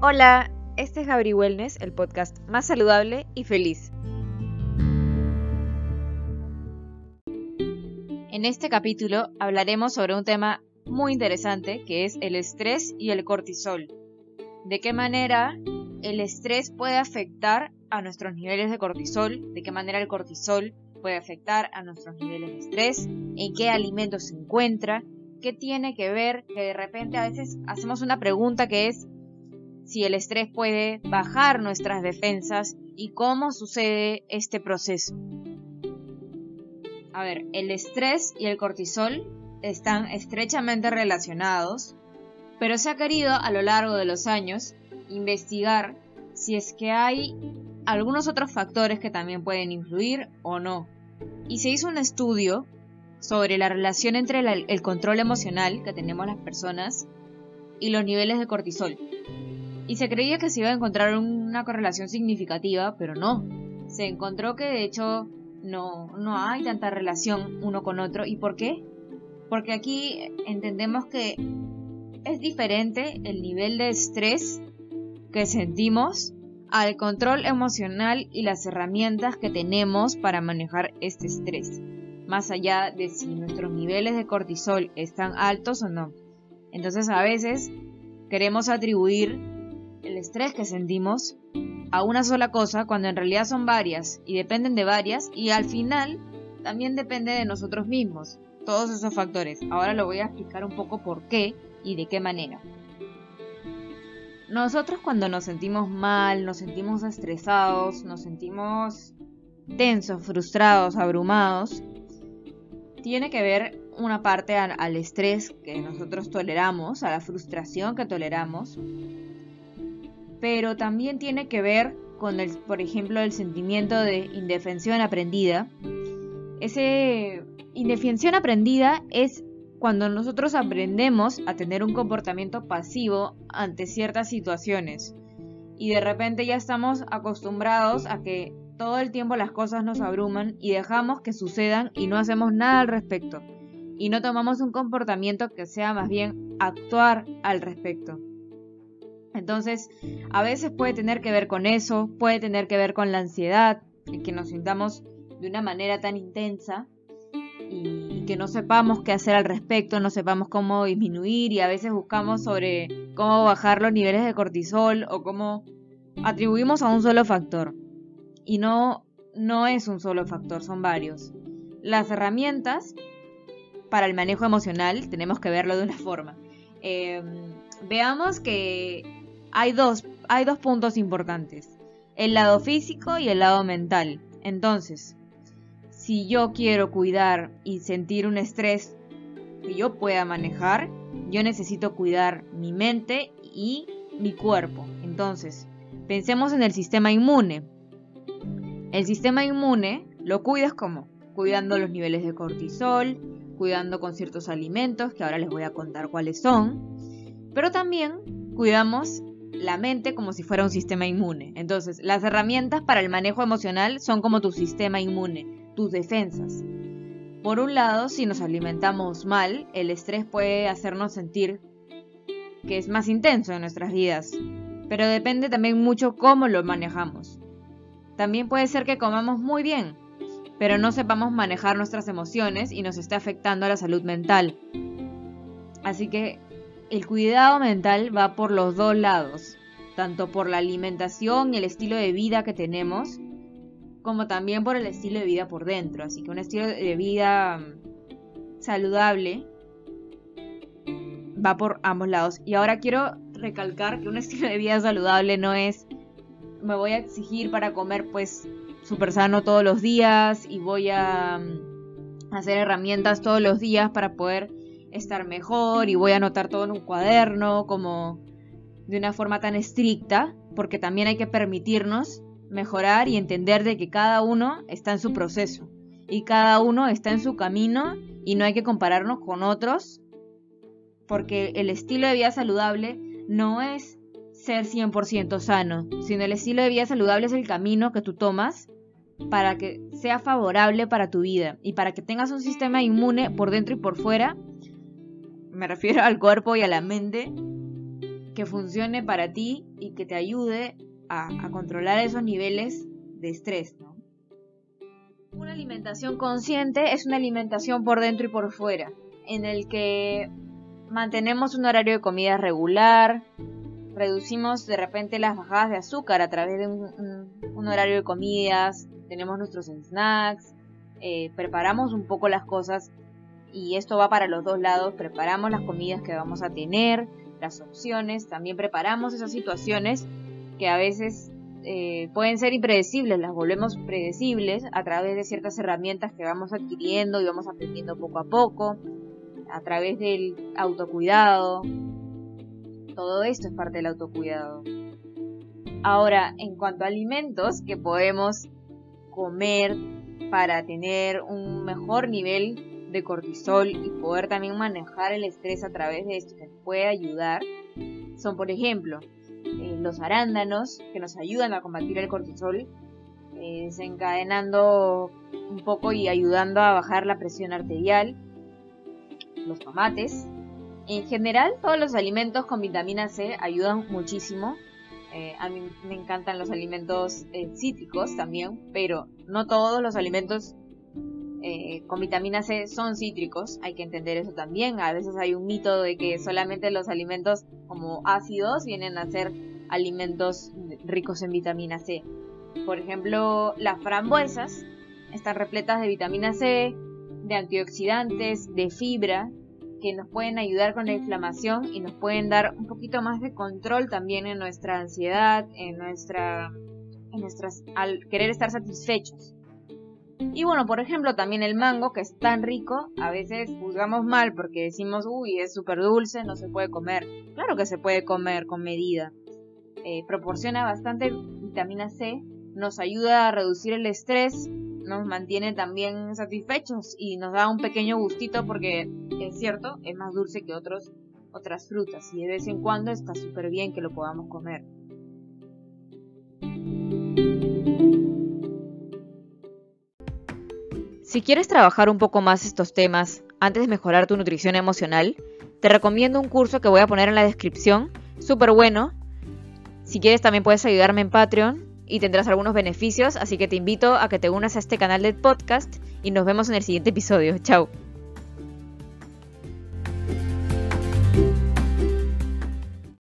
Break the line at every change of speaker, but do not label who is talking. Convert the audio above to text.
Hola, este es Gabri Wellness, el podcast más saludable y feliz. En este capítulo hablaremos sobre un tema muy interesante que es el estrés y el cortisol. ¿De qué manera el estrés puede afectar a nuestros niveles de cortisol? ¿De qué manera el cortisol puede afectar a nuestros niveles de estrés? ¿En qué alimentos se encuentra? ¿Qué tiene que ver? Que de repente a veces hacemos una pregunta que es si el estrés puede bajar nuestras defensas y cómo sucede este proceso. A ver, el estrés y el cortisol están estrechamente relacionados, pero se ha querido a lo largo de los años investigar si es que hay algunos otros factores que también pueden influir o no. Y se hizo un estudio sobre la relación entre el control emocional que tenemos las personas y los niveles de cortisol. Y se creía que se iba a encontrar una correlación significativa, pero no. Se encontró que de hecho no hay tanta relación uno con otro. ¿Y por qué? Porque aquí entendemos que es diferente el nivel de estrés que sentimos al control emocional y las herramientas que tenemos para manejar este estrés, más allá de si nuestros niveles de cortisol están altos o no. Entonces a veces queremos atribuir el estrés que sentimos a una sola cosa cuando en realidad son varias y dependen de varias y al final también depende de nosotros mismos, todos esos factores. Ahora lo voy a explicar un poco por qué y de qué manera. Nosotros cuando nos sentimos mal, nos sentimos estresados, nos sentimos tensos, frustrados, abrumados, tiene que ver una parte al estrés que nosotros toleramos, a la frustración que toleramos, pero también tiene que ver con, por ejemplo, el sentimiento de indefensión aprendida. Ese indefensión aprendida es cuando nosotros aprendemos a tener un comportamiento pasivo ante ciertas situaciones y de repente ya estamos acostumbrados a que todo el tiempo las cosas nos abruman y dejamos que sucedan y no hacemos nada al respecto y no tomamos un comportamiento que sea más bien actuar al respecto. Entonces, a veces puede tener que ver con eso, puede tener que ver con la ansiedad, el que nos sintamos de una manera tan intensa y que no sepamos qué hacer al respecto, no sepamos cómo disminuir y a veces buscamos sobre cómo bajar los niveles de cortisol o cómo atribuimos a un solo factor. Y no es un solo factor, son varios. Las herramientas para el manejo emocional tenemos que verlo de una forma. Veamos que hay dos puntos importantes, el lado físico y el lado mental. Entonces, si yo quiero cuidar y sentir un estrés que yo pueda manejar, yo necesito cuidar mi mente y mi cuerpo. Entonces, pensemos en el sistema inmune. El sistema inmune lo cuidas ¿cómo? Cuidando los niveles de cortisol, cuidando con ciertos alimentos, que ahora les voy a contar cuáles son, pero también cuidamos la mente como si fuera un sistema inmune. Entonces, las herramientas para el manejo emocional son como tu sistema inmune, tus defensas. Por un lado, si nos alimentamos mal, el estrés puede hacernos sentir que es más intenso en nuestras vidas, pero depende también mucho cómo lo manejamos. También puede ser que comamos muy bien, pero no sepamos manejar nuestras emociones y nos esté afectando a la salud mental. Así que el cuidado mental va por los dos lados, tanto por la alimentación y el estilo de vida que tenemos, como también por el estilo de vida por dentro. Así que un estilo de vida saludable va por ambos lados. Y ahora quiero recalcar que un estilo de vida saludable no es me voy a exigir para comer pues súper sano todos los días y voy a hacer herramientas todos los días para poder estar mejor y voy a anotar todo en un cuaderno como de una forma tan estricta, porque también hay que permitirnos mejorar y entender de que cada uno está en su proceso y cada uno está en su camino y no hay que compararnos con otros, porque el estilo de vida saludable no es ser 100% sano, sino el estilo de vida saludable es el camino que tú tomas para que sea favorable para tu vida y para que tengas un sistema inmune por dentro y por fuera, me refiero al cuerpo y a la mente, que funcione para ti y que te ayude a controlar esos niveles de estrés, ¿no? Una alimentación consciente es una alimentación por dentro y por fuera, en el que mantenemos un horario de comida regular, reducimos de repente las bajadas de azúcar a través de un horario de comidas, tenemos nuestros snacks, preparamos un poco las cosas, y esto va para los dos lados, preparamos las comidas que vamos a tener, las opciones, también preparamos esas situaciones que a veces pueden ser impredecibles, las volvemos predecibles a través de ciertas herramientas que vamos adquiriendo y vamos aprendiendo poco a poco, a través del autocuidado. Todo esto es parte del autocuidado. Ahora, en cuanto a alimentos que podemos comer para tener un mejor nivel de cortisol y poder también manejar el estrés a través de esto que nos puede ayudar, son por ejemplo los arándanos, que nos ayudan a combatir el cortisol, desencadenando un poco y ayudando a bajar la presión arterial, los tomates. En general, todos los alimentos con vitamina C ayudan muchísimo. A mí me encantan los alimentos cítricos también, pero no todos los alimentos con vitamina C son cítricos, hay que entender eso también. A veces hay un mito de que solamente los alimentos como ácidos vienen a ser alimentos ricos en vitamina C. Por ejemplo, las frambuesas están repletas de vitamina C, de antioxidantes, de fibra, que nos pueden ayudar con la inflamación y nos pueden dar un poquito más de control también en nuestra ansiedad, al querer estar satisfechos. Y bueno, por ejemplo, también el mango, que es tan rico, a veces juzgamos mal porque decimos, uy, es súper dulce, no se puede comer. Claro que se puede comer con medida. Proporciona bastante vitamina C, nos ayuda a reducir el estrés, nos mantiene también satisfechos y nos da un pequeño gustito porque, es cierto, es más dulce que otras frutas y de vez en cuando está súper bien que lo podamos comer. Si quieres trabajar un poco más estos temas antes de mejorar tu nutrición emocional, te recomiendo un curso que voy a poner en la descripción, súper bueno. Si quieres también puedes ayudarme en Patreon y tendrás algunos beneficios, así que te invito a que te unas a este canal de podcast y nos vemos en el siguiente episodio. Chao.